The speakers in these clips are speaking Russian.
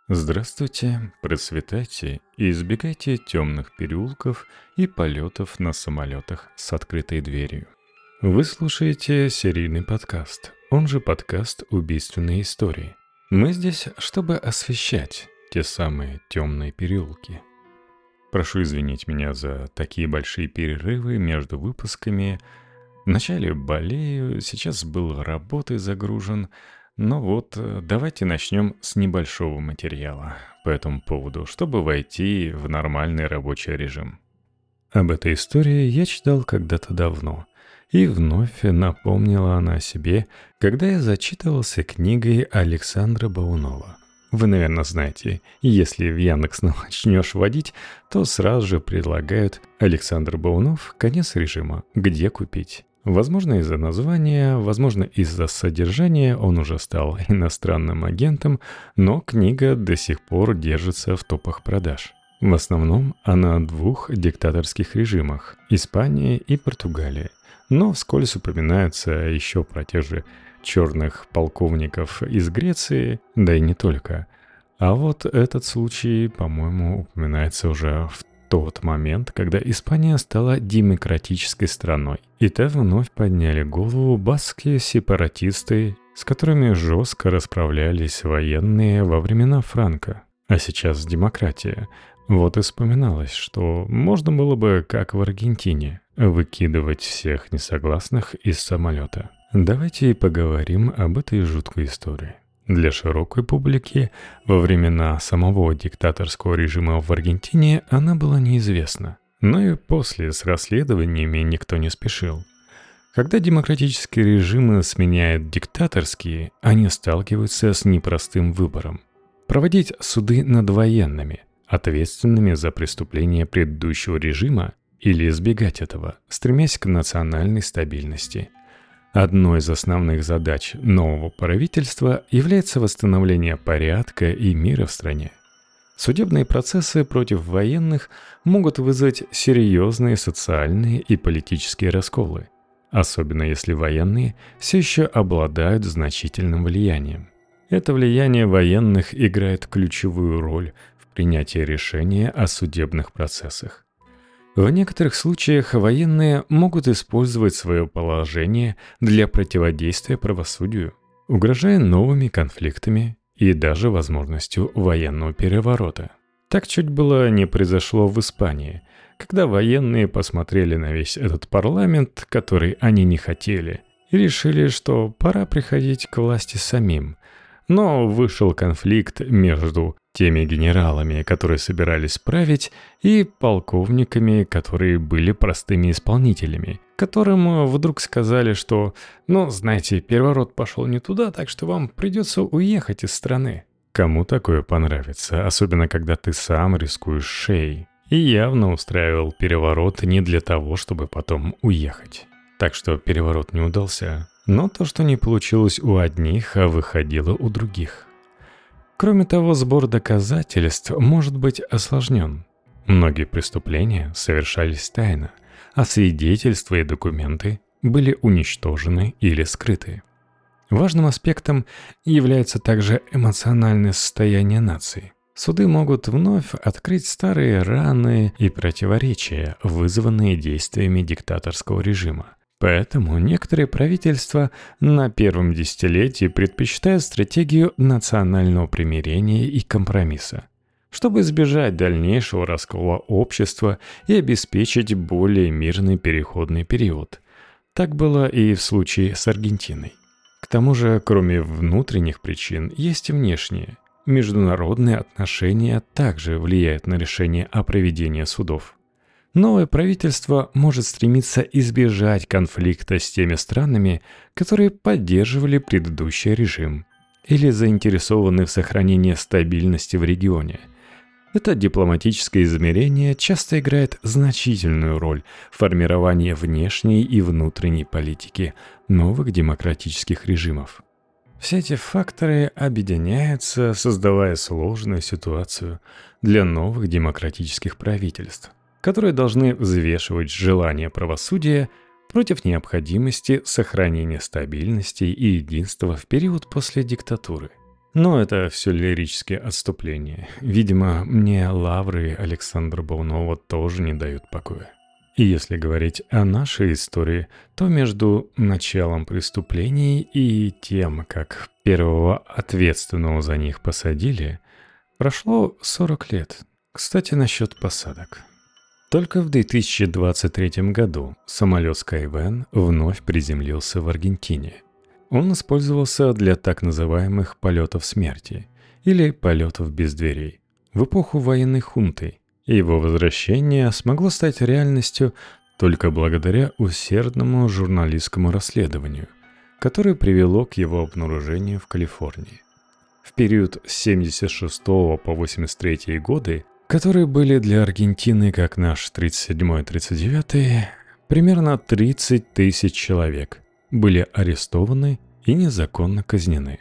Здравствуйте, процветайте и избегайте темных переулков и полетов на самолетах с открытой дверью. Вы слушаете серийный подкаст, он же подкаст «Убийственные истории». Мы здесь, чтобы освещать те самые темные переулки. Прошу извинить меня за такие большие перерывы между выпусками. Вначале болею, сейчас был работой загружен. Но вот, давайте начнем с небольшого материала по этому поводу, чтобы войти в нормальный рабочий режим. Об этой истории я читал когда-то давно, и вновь напомнила она о себе, когда я зачитывался книгой Александра Баунова. Вы, наверное, знаете, если в Яндекс начнешь вводить, то сразу же предлагают Александр Баунов «Конец режима. Где купить?». Возможно, из-за названия, возможно, из-за содержания он уже стал иностранным агентом, но книга до сих пор держится в топах продаж. В основном она о двух диктаторских режимах – Испании и Португалии. Но вскользь упоминается еще про тех же черных полковников из Греции, да и не только. А вот этот случай, по-моему, упоминается уже в тот момент, когда Испания стала демократической страной. И там вновь подняли голову баскские сепаратисты, с которыми жестко расправлялись военные во времена Франко. А сейчас демократия. Вот и вспоминалось, что можно было бы, как в Аргентине, выкидывать всех несогласных из самолета. Давайте и поговорим об этой жуткой истории. Для широкой публики во времена самого диктаторского режима в Аргентине она была неизвестна. Но и после с расследованиями никто не спешил. Когда демократические режимы сменяют диктаторские, они сталкиваются с непростым выбором. Проводить суды над военными, ответственными за преступления предыдущего режима, или избегать этого, стремясь к национальной стабильности. Одной из основных задач нового правительства является восстановление порядка и мира в стране. Судебные процессы против военных могут вызвать серьезные социальные и политические расколы, особенно если военные все еще обладают значительным влиянием. Это влияние военных играет ключевую роль в принятии решения о судебных процессах. В некоторых случаях военные могут использовать свое положение для противодействия правосудию, угрожая новыми конфликтами и даже возможностью военного переворота. Так чуть было не произошло в Испании, когда военные посмотрели на весь этот парламент, который они не хотели, и решили, что пора приходить к власти самим. Но вышел конфликт между теми генералами, которые собирались править, и полковниками, которые были простыми исполнителями, которым вдруг сказали, что, знаете, переворот пошел не туда, так что вам придется уехать из страны. Кому такое понравится, особенно когда ты сам рискуешь шеей, и явно устраивал переворот не для того, чтобы потом уехать. Так что переворот не удался, но то, что не получилось у одних, выходило у других. Кроме того, сбор доказательств может быть осложнен. Многие преступления совершались тайно, а свидетельства и документы были уничтожены или скрыты. Важным аспектом является также эмоциональное состояние нации. Суды могут вновь открыть старые раны и противоречия, вызванные действиями диктаторского режима. Поэтому некоторые правительства на первом десятилетии предпочитают стратегию национального примирения и компромисса, чтобы избежать дальнейшего раскола общества и обеспечить более мирный переходный период. Так было и в случае с Аргентиной. К тому же, кроме внутренних причин, есть и внешние. Международные отношения также влияют на решение о проведении судов. Новое правительство может стремиться избежать конфликта с теми странами, которые поддерживали предыдущий режим или заинтересованы в сохранении стабильности в регионе. Это дипломатическое измерение часто играет значительную роль в формировании внешней и внутренней политики новых демократических режимов. Все эти факторы объединяются, создавая сложную ситуацию для новых демократических правительств, которые должны взвешивать желание правосудия против необходимости сохранения стабильности и единства в период после диктатуры. Но это все лирические отступления. Видимо, мне лавры Александра Баунова тоже не дают покоя. И если говорить о нашей истории, то между началом преступлений и тем, как первого ответственного за них посадили, прошло 40 лет. Кстати, насчет посадок. Только в 2023 году самолет Skyvan вновь приземлился в Аргентине. Он использовался для так называемых полетов смерти или полетов без дверей в эпоху военной хунты. Его возвращение смогло стать реальностью только благодаря усердному журналистскому расследованию, которое привело к его обнаружению в Калифорнии. В период с 76 по 83 годы, которые были для Аргентины как наш 37-39, примерно 30 тысяч человек были арестованы и незаконно казнены.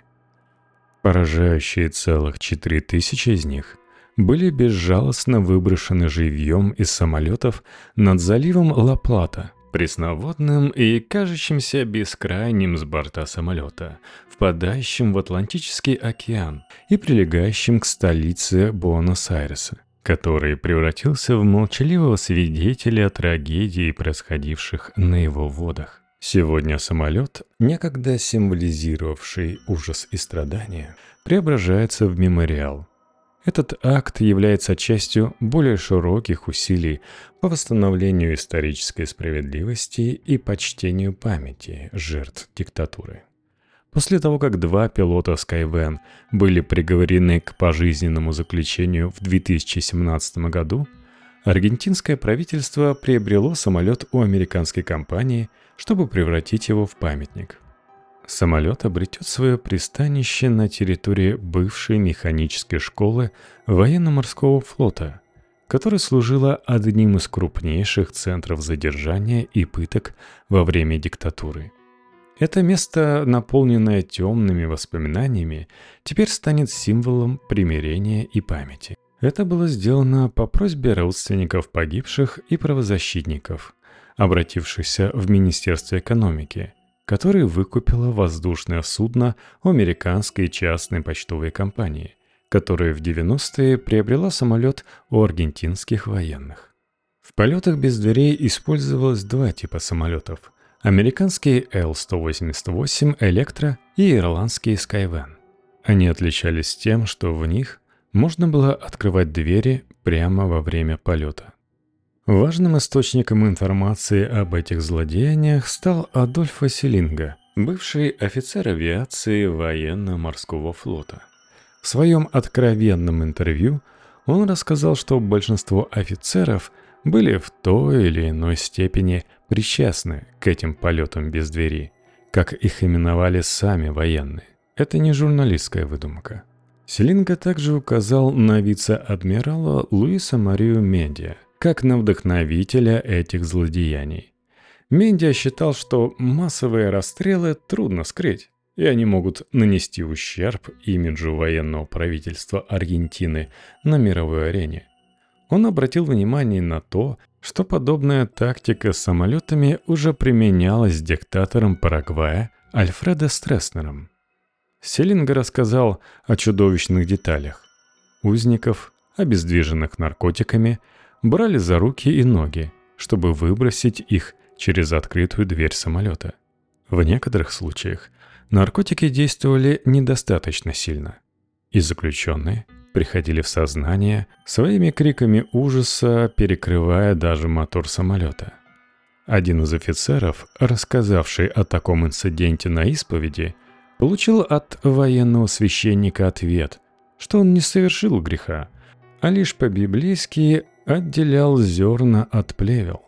Поражающие целых 4 тысячи из них были безжалостно выброшены живьем из самолетов над заливом Ла-Плата, пресноводным и кажущимся бескрайним с борта самолета, впадающим в Атлантический океан и прилегающим к столице Буэнос-Айреса, который превратился в молчаливого свидетеля трагедий, происходивших на его водах. Сегодня самолет, некогда символизировавший ужас и страдания, преображается в мемориал. Этот акт является частью более широких усилий по восстановлению исторической справедливости и почтению памяти жертв диктатуры. После того, как 2 пилота Skyvan были приговорены к пожизненному заключению в 2017 году, аргентинское правительство приобрело самолет у американской компании, чтобы превратить его в памятник. Самолет обретет свое пристанище на территории бывшей механической школы военно-морского флота, которая служила одним из крупнейших центров задержания и пыток во время диктатуры. Это место, наполненное темными воспоминаниями, теперь станет символом примирения и памяти. Это было сделано по просьбе родственников погибших и правозащитников, обратившихся в Министерство экономики, которое выкупило воздушное судно у американской частной почтовой компании, которая в 90-е приобрела самолет у аргентинских военных. В полетах без дверей использовалось 2 типа самолетов – американский Л-188 «Электро» и ирландский Skyvan. Они отличались тем, что в них можно было открывать двери прямо во время полета. Важным источником информации об этих злодеяниях стал Адольфо Селинго, бывший офицер авиации военно-морского флота. В своем откровенном интервью он рассказал, что большинство офицеров были в той или иной степени причастны к этим полетам без двери, как их именовали сами военные. Это не журналистская выдумка. Селинго также указал на вице-адмирала Луиса Марию Мендиа, как на вдохновителя этих злодеяний. Мендиа считал, что массовые расстрелы трудно скрыть, и они могут нанести ущерб имиджу военного правительства Аргентины на мировой арене. Он обратил внимание на то, что подобная тактика с самолетами уже применялась диктатором Парагвая Альфредо Стресснером. Селинго рассказал о чудовищных деталях. Узников, обездвиженных наркотиками, брали за руки и ноги, чтобы выбросить их через открытую дверь самолета. В некоторых случаях наркотики действовали недостаточно сильно, и заключенные приходили в сознание своими криками ужаса, перекрывая даже мотор самолета. Один из офицеров, рассказавший о таком инциденте на исповеди, получил от военного священника ответ, что он не совершил греха, а лишь по-библейски отделял зерна от плевел.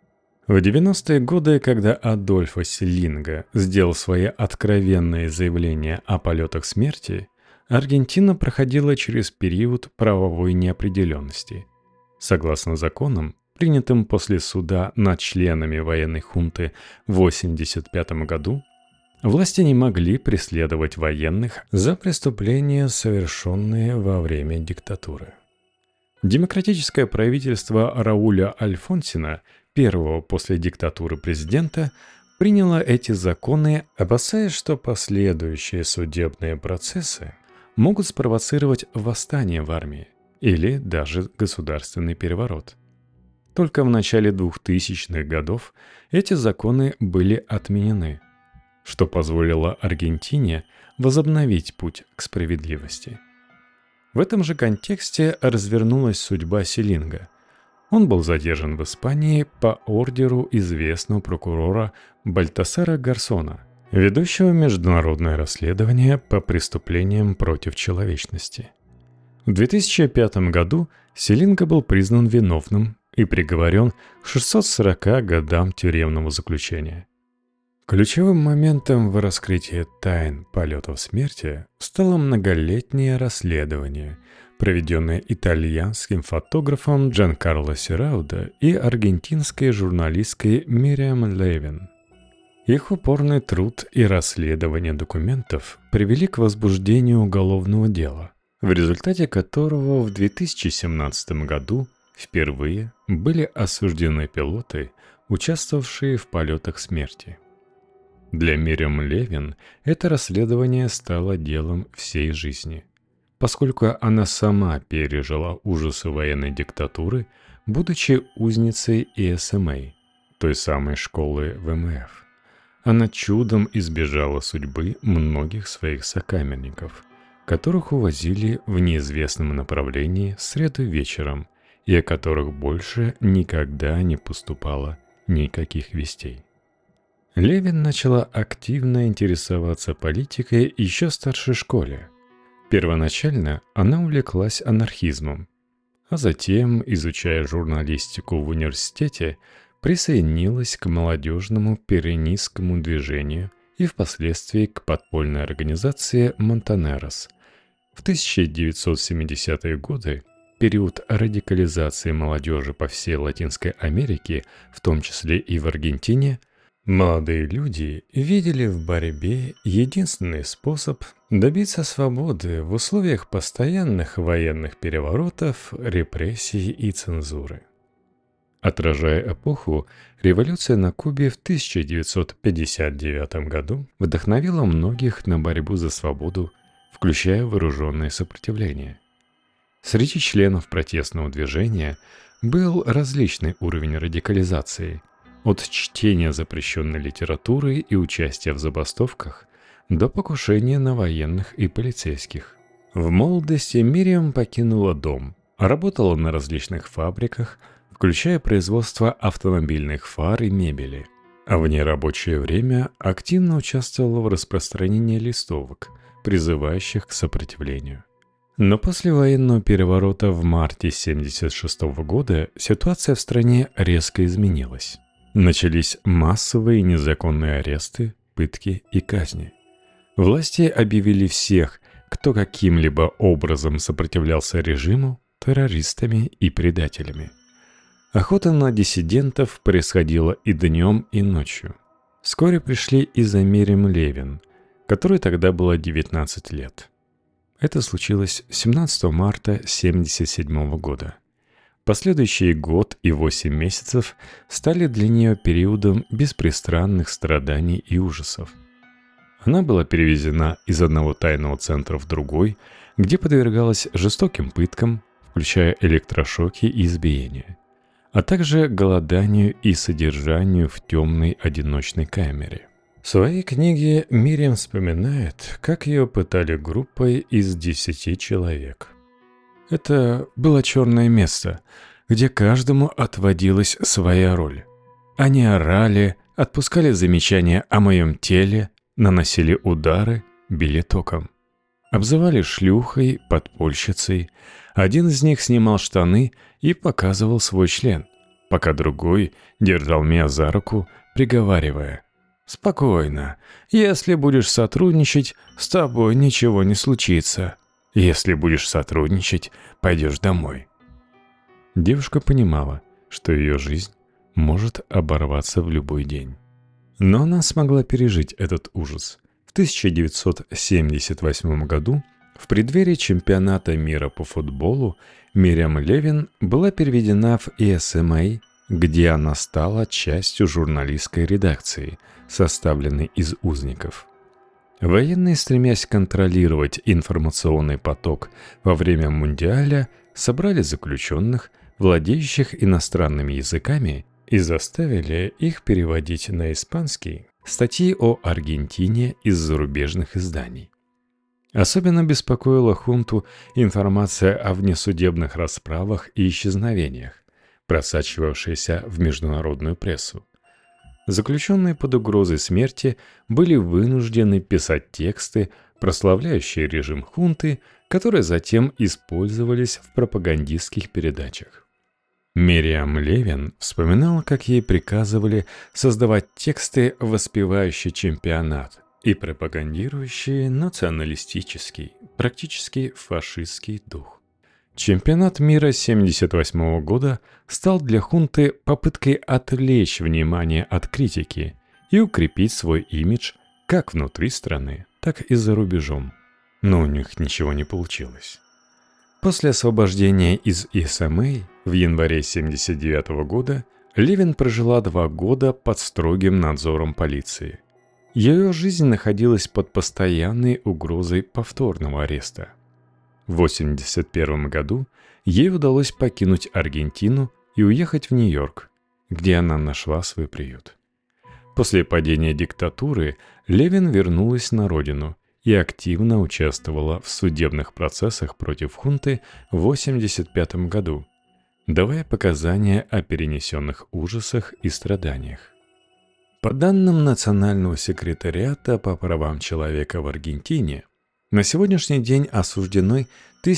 В 90-е годы, когда Адольфо Селинго сделал свои откровенные заявления о полетах смерти, Аргентина проходила через период правовой неопределенности. Согласно законам, принятым после суда над членами военной хунты в 1985 году, власти не могли преследовать военных за преступления, совершенные во время диктатуры. Демократическое правительство Рауля Альфонсина, первого после диктатуры президента, приняло эти законы, опасаясь, что последующие судебные процессы могут спровоцировать восстание в армии или даже государственный переворот. Только в начале 2000-х годов эти законы были отменены, что позволило Аргентине возобновить путь к справедливости. В этом же контексте развернулась судьба Селинга. Он был задержан в Испании по ордеру известного прокурора Бальтасара Гарсона, ведущего международное расследование по преступлениям против человечности. В 2005 году Селинга был признан виновным и приговорен к 640 годам тюремного заключения. Ключевым моментом в раскрытии тайн полетов смерти стало многолетнее расследование, проведенное итальянским фотографом Джанкарло Сираудо и аргентинской журналисткой Мириам Левин. Их упорный труд и расследование документов привели к возбуждению уголовного дела, в результате которого в 2017 году впервые были осуждены пилоты, участвовавшие в полетах смерти. Для Мириам Левин это расследование стало делом всей жизни, поскольку она сама пережила ужасы военной диктатуры, будучи узницей ИСМА, той самой школы ВМФ. Она чудом избежала судьбы многих своих сокамерников, которых увозили в неизвестном направлении в среду вечером и о которых больше никогда не поступало никаких вестей. Левин начала активно интересоваться политикой еще в старшей школе. Первоначально она увлеклась анархизмом, а затем, изучая журналистику в университете, присоединилась к молодежному перенистскому движению и впоследствии к подпольной организации «Монтанерос». В 1970-е годы, период радикализации молодежи по всей Латинской Америке, в том числе и в Аргентине, молодые люди видели в борьбе единственный способ добиться свободы в условиях постоянных военных переворотов, репрессий и цензуры. Отражая эпоху, революция на Кубе в 1959 году вдохновила многих на борьбу за свободу, включая вооруженное сопротивление. Среди членов протестного движения был различный уровень радикализации – от чтения запрещенной литературы и участия в забастовках до покушения на военных и полицейских. В молодости Мириам покинула дом, работала на различных фабриках, включая производство автомобильных фар и мебели, а в нерабочее время активно участвовала в распространении листовок, призывающих к сопротивлению. Но после военного переворота в марте 1976 года ситуация в стране резко изменилась. Начались массовые незаконные аресты, пытки и казни. Власти объявили всех, кто каким-либо образом сопротивлялся режиму, террористами и предателями. Охота на диссидентов происходила и днем, и ночью. Вскоре пришли и за Мириам Левин, которой тогда было 19 лет. Это случилось 17 марта 1977 года. Последующие год и 8 месяцев стали для нее периодом беспрестанных страданий и ужасов. Она была перевезена из одного тайного центра в другой, где подвергалась жестоким пыткам, включая электрошоки и избиения, а также голоданию и содержанию в темной одиночной камере. В своей книге Мириам вспоминает, как ее пытали группой из 10 человек. Это было черное место, где каждому отводилась своя роль. Они орали, отпускали замечания о моем теле, наносили удары, били током. Обзывали шлюхой, подпольщицей. Один из них снимал штаны и показывал свой член, пока другой держал меня за руку, приговаривая: «Спокойно, если будешь сотрудничать, с тобой ничего не случится. Если будешь сотрудничать, пойдешь домой». Девушка понимала, что ее жизнь может оборваться в любой день. Но она смогла пережить этот ужас. В 1978 году, в преддверии чемпионата мира по футболу, Мириам Левин была переведена в ИСМА, где она стала частью журналистской редакции, составленной из узников. Военные, стремясь контролировать информационный поток во время Мундиаля, собрали заключенных, владеющих иностранными языками, и заставили их переводить на испанский статьи о Аргентине из зарубежных изданий. Особенно беспокоила хунту информация о внесудебных расправах и исчезновениях, просачивавшаяся в международную прессу. Заключенные под угрозой смерти были вынуждены писать тексты, прославляющие режим хунты, которые затем использовались в пропагандистских передачах. Мириам Левин вспоминала, как ей приказывали создавать тексты, воспевающие чемпионат и пропагандирующие националистический, практически фашистский дух. Чемпионат мира 1978 года стал для хунты попыткой отвлечь внимание от критики и укрепить свой имидж как внутри страны, так и за рубежом. Но у них ничего не получилось. После освобождения из ИСМА в январе 1979 года Левин прожила 2 года под строгим надзором полиции. Ее жизнь находилась под постоянной угрозой повторного ареста. В 1981 году ей удалось покинуть Аргентину и уехать в Нью-Йорк, где она нашла свой приют. После падения диктатуры Левин вернулась на родину и активно участвовала в судебных процессах против хунты в 1985 году, давая показания о перенесенных ужасах и страданиях. По данным Национального секретариата по правам человека в Аргентине, на сегодняшний день осуждены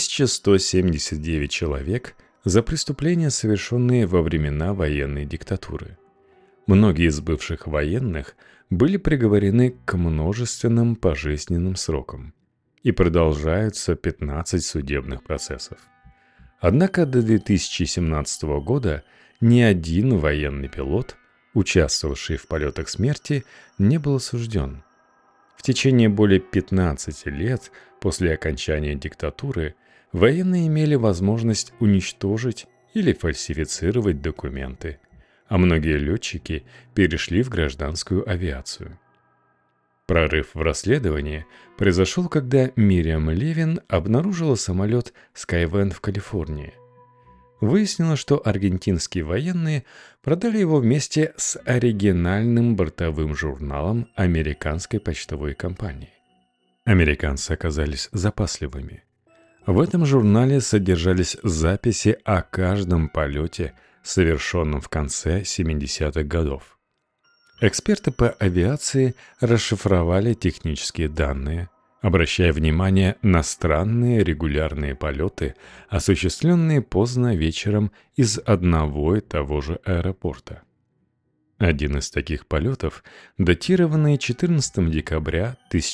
1179 человек за преступления, совершенные во времена военной диктатуры. Многие из бывших военных были приговорены к множественным пожизненным срокам, и продолжаются 15 судебных процессов. Однако до 2017 года ни один военный пилот, участвовавший в полетах смерти, не был осужден. В течение более 15 лет после окончания диктатуры военные имели возможность уничтожить или фальсифицировать документы, а многие летчики перешли в гражданскую авиацию. Прорыв в расследовании произошел, когда Мириам Левин обнаружила самолет Skyvent в Калифорнии. Выяснилось, что аргентинские военные продали его вместе с оригинальным бортовым журналом американской почтовой компании. Американцы оказались запасливыми. В этом журнале содержались записи о каждом полете, совершенном в конце 70-х годов. Эксперты по авиации расшифровали технические данные, обращая внимание на странные регулярные полеты, осуществленные поздно вечером из одного и того же аэропорта. Один из таких полетов, датированный 14 декабря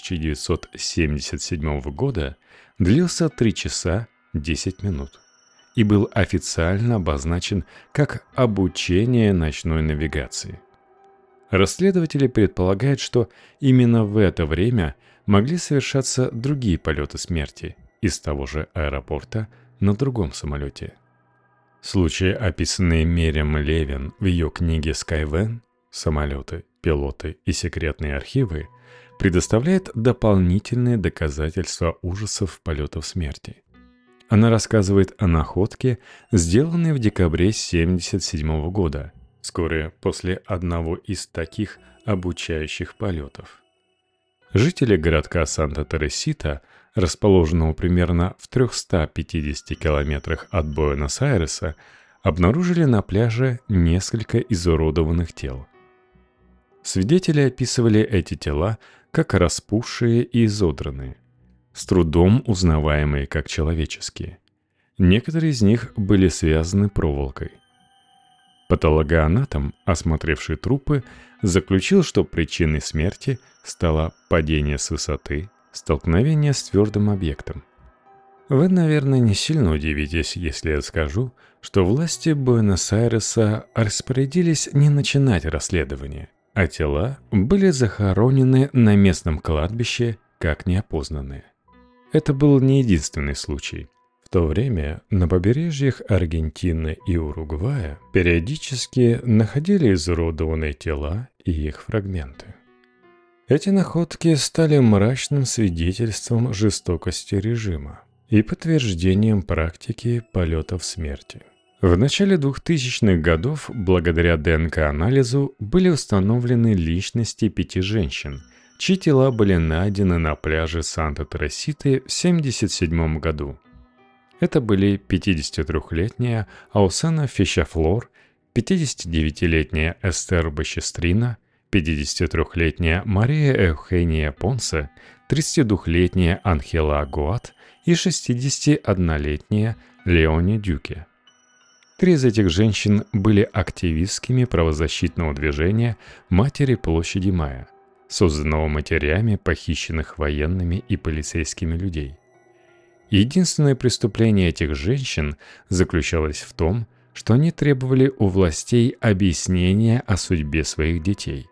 1977 года, длился 3 часа 10 минут и был официально обозначен как обучение ночной навигации. Расследователи предполагают, что именно в это время могли совершаться другие полеты смерти из того же аэропорта на другом самолете. Случаи, описанные Мириам Левин в ее книге «Skyvent. Самолеты, пилоты и секретные архивы», предоставляют дополнительные доказательства ужасов полетов смерти. Она рассказывает о находке, сделанной в декабре 1977 года, вскоре после одного из таких обучающих полетов. Жители городка Санта-Тересита, расположенного примерно в 350 километрах от Буэнос-Айреса, обнаружили на пляже несколько изуродованных тел. Свидетели описывали эти тела как распухшие и изодранные, с трудом узнаваемые как человеческие. Некоторые из них были связаны проволокой. Патологоанатом, осмотревший трупы, заключил, что причиной смерти стало падение с высоты, столкновение с твердым объектом. Вы, наверное, не сильно удивитесь, если я скажу, что власти Буэнос-Айреса распорядились не начинать расследование, а тела были захоронены на местном кладбище как неопознанные. Это был не единственный случай. В то время на побережьях Аргентины и Уругвая периодически находили изуродованные тела и их фрагменты. Эти находки стали мрачным свидетельством жестокости режима и подтверждением практики полетов смерти. В начале 2000-х годов, благодаря ДНК-анализу, были установлены личности 5 женщин, чьи тела были найдены на пляже Санта-Тереситы в 1977 году. Это были 53-летняя Аусена Фишафлор, 59-летняя Эстер Бачестрина, 53-летняя Мария Эухения Понсе, 32-летняя Анхела Агуат и 61-летняя Леони Дюке. 3 из этих женщин были активистками правозащитного движения «Матери площади Мая», созданного матерями похищенных военными и полицейскими людей. Единственное преступление этих женщин заключалось в том, что они требовали у властей объяснения о судьбе своих детей.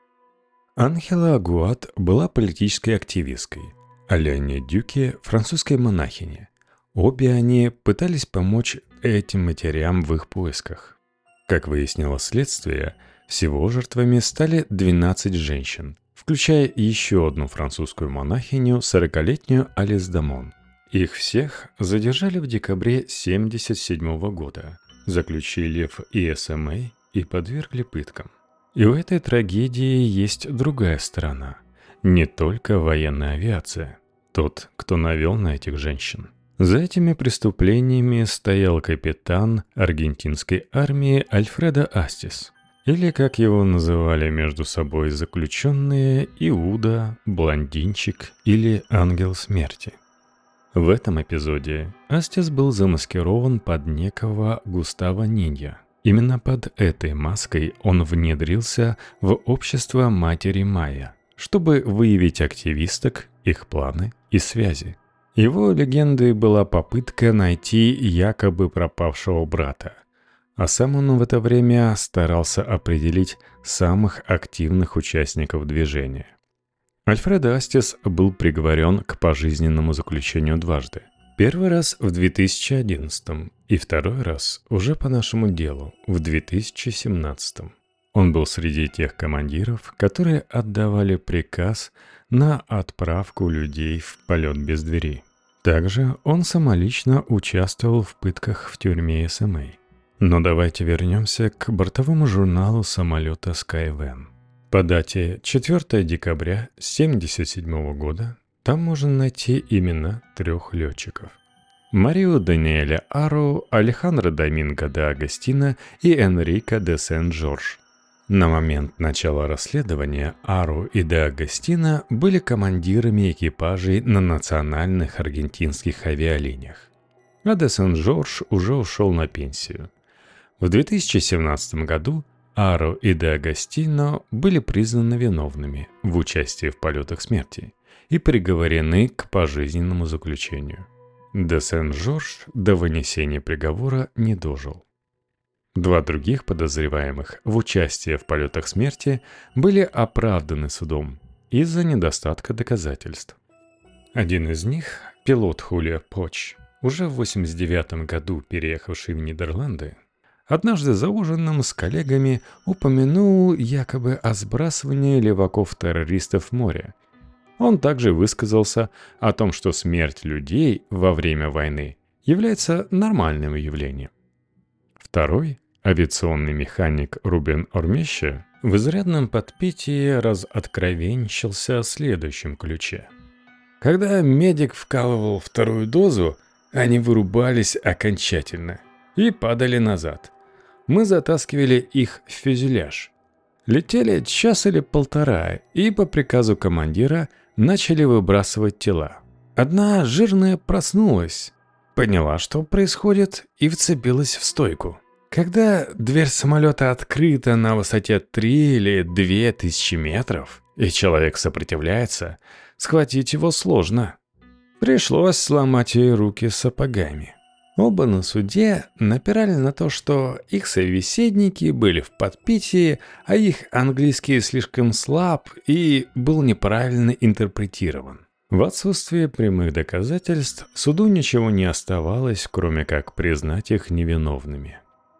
Анхела Агуат была политической активисткой, а Леони Дюке – французской монахиней. Обе они пытались помочь этим матерям в их поисках. Как выяснило следствие, всего жертвами стали 12 женщин, включая еще одну французскую монахиню, 40-летнюю Алис Дамон. Их всех задержали в декабре 1977 года, заключили в ИСМА и подвергли пыткам. И у этой трагедии есть другая сторона. Не только военная авиация. Тот, кто навел на этих женщин. За этими преступлениями стоял капитан аргентинской армии Альфредо Астис. Или, как его называли между собой заключенные, Иуда, Блондинчик или Ангел Смерти. В этом эпизоде Астис был замаскирован под некого Густаво Нинья. Именно под этой маской он внедрился в общество Матери Майя, чтобы выявить активисток, их планы и связи. Его легендой была попытка найти якобы пропавшего брата, а сам он в это время старался определить самых активных участников движения. Альфредо Астис был приговорен к пожизненному заключению дважды. Первый раз в 2011 и второй раз уже по нашему делу в 2017. Он был среди тех командиров, которые отдавали приказ на отправку людей в полет без двери. Также он самолично участвовал в пытках в тюрьме СМА. Но давайте вернемся к бортовому журналу самолета Skyven. По дате 4 декабря 1977 года там можно найти имена 3 летчиков. Марио Даниэля Аро, Алехандро Доминго де Агостино и Энрико де Сен-Жорж. На момент начала расследования Аро и де Агостино были командирами экипажей на национальных аргентинских авиалиниях, а де Сен-Жорж уже ушел на пенсию. В 2017 году Аро и де Агостино были признаны виновными в участии в полетах смерти и приговорены к пожизненному заключению. Де Сен-Жорж до вынесения приговора не дожил. 2 других подозреваемых в участии в полетах смерти были оправданы судом из-за недостатка доказательств. Один из них, пилот Хулио Поч, уже в 1989 году переехавший в Нидерланды, однажды за ужином с коллегами упомянул якобы о сбрасывании леваков-террористов в море. Он также высказался о том, что смерть людей во время войны является нормальным явлением. Второй, авиационный механик Рубен Ормеща, в изрядном подпитии разоткровенничался в следующем ключе. Когда медик вкалывал 2-ю дозу, они вырубались окончательно и падали назад. Мы затаскивали их в фюзеляж. Летели 1 час или 1,5 и по приказу командира начали выбрасывать тела. Одна жирная проснулась, поняла, что происходит, и вцепилась в стойку. Когда дверь самолета открыта на высоте 3 или 2000 метров, и человек сопротивляется, схватить его сложно. Пришлось сломать ей руки сапогами. Оба на суде напирали на то, что их собеседники были в подпитии, а их английский слишком слаб и был неправильно интерпретирован. В отсутствие прямых доказательств суду ничего не оставалось, кроме как признать их невиновными.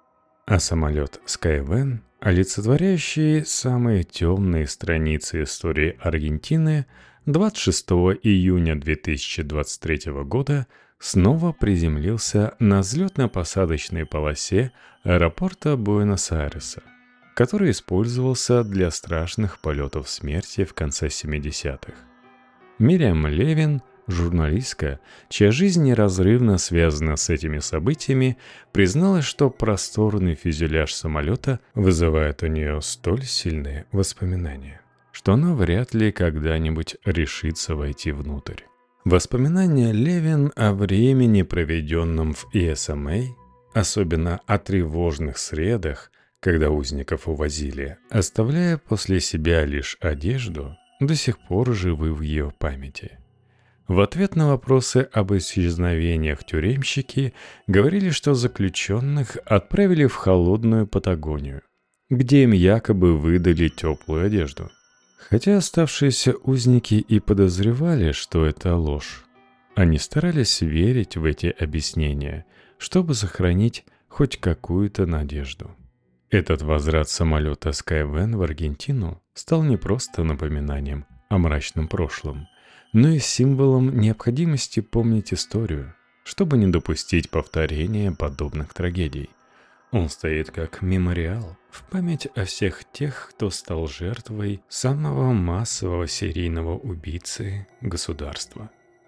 А самолет Skyven, олицетворяющий самые темные страницы истории Аргентины, 26 июня 2023 года снова приземлился на взлетно-посадочной полосе аэропорта Буэнос-Айреса, который использовался для страшных полетов смерти в конце 70-х. Мириам Левин, журналистка, чья жизнь неразрывно связана с этими событиями, призналась, что просторный фюзеляж самолета вызывает у нее столь сильные воспоминания, что она вряд ли когда-нибудь решится войти внутрь. Воспоминания Левин о времени, проведенном в ESMA, особенно о тревожных средах, когда узников увозили, оставляя после себя лишь одежду, до сих пор живы в ее памяти. В ответ на вопросы об исчезновениях тюремщики говорили, что заключенных отправили в холодную Патагонию, где им якобы выдали теплую одежду. Хотя оставшиеся узники и подозревали, что это ложь, они старались верить в эти объяснения, чтобы сохранить хоть какую-то надежду. Этот возврат самолета Skyven в Аргентину стал не просто напоминанием о мрачном прошлом, но и символом необходимости помнить историю, чтобы не допустить повторения подобных трагедий. Он стоит как мемориал в память о всех тех, кто стал жертвой самого массового серийного убийцы государства.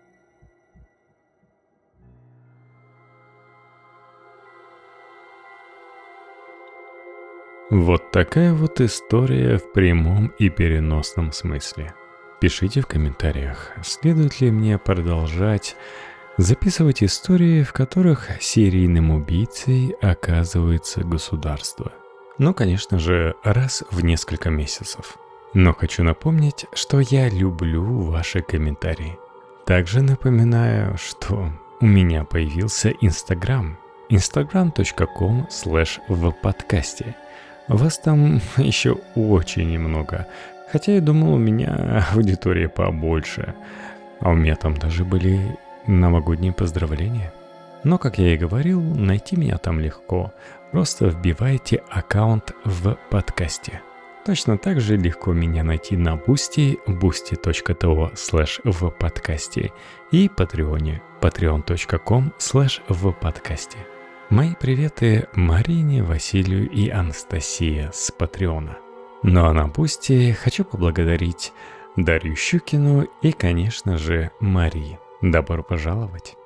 Вот такая вот история в прямом и переносном смысле. Пишите в комментариях, следует ли мне продолжать записывать истории, в которых серийным убийцей оказывается государство. Ну, конечно же, раз в несколько месяцев. Но хочу напомнить, что я люблю ваши комментарии. Также напоминаю, что у меня появился Instagram. instagram.com/vpodcasте. Вас там еще очень немного. Хотя я думал, у меня аудитория побольше. А у меня там даже были новогодние поздравления. Но, как я и говорил, найти меня там легко. Просто вбивайте аккаунт в подкасте. Точно так же легко меня найти на Boosty, boosty.to/vpodcasте и Патреоне, patreon.com/vpodcasте. Мои приветы Марине, Василию и Анастасии с Патреона. Ну а на Boosty хочу поблагодарить Дарью Щукину и, конечно же, Марии. Добро пожаловать!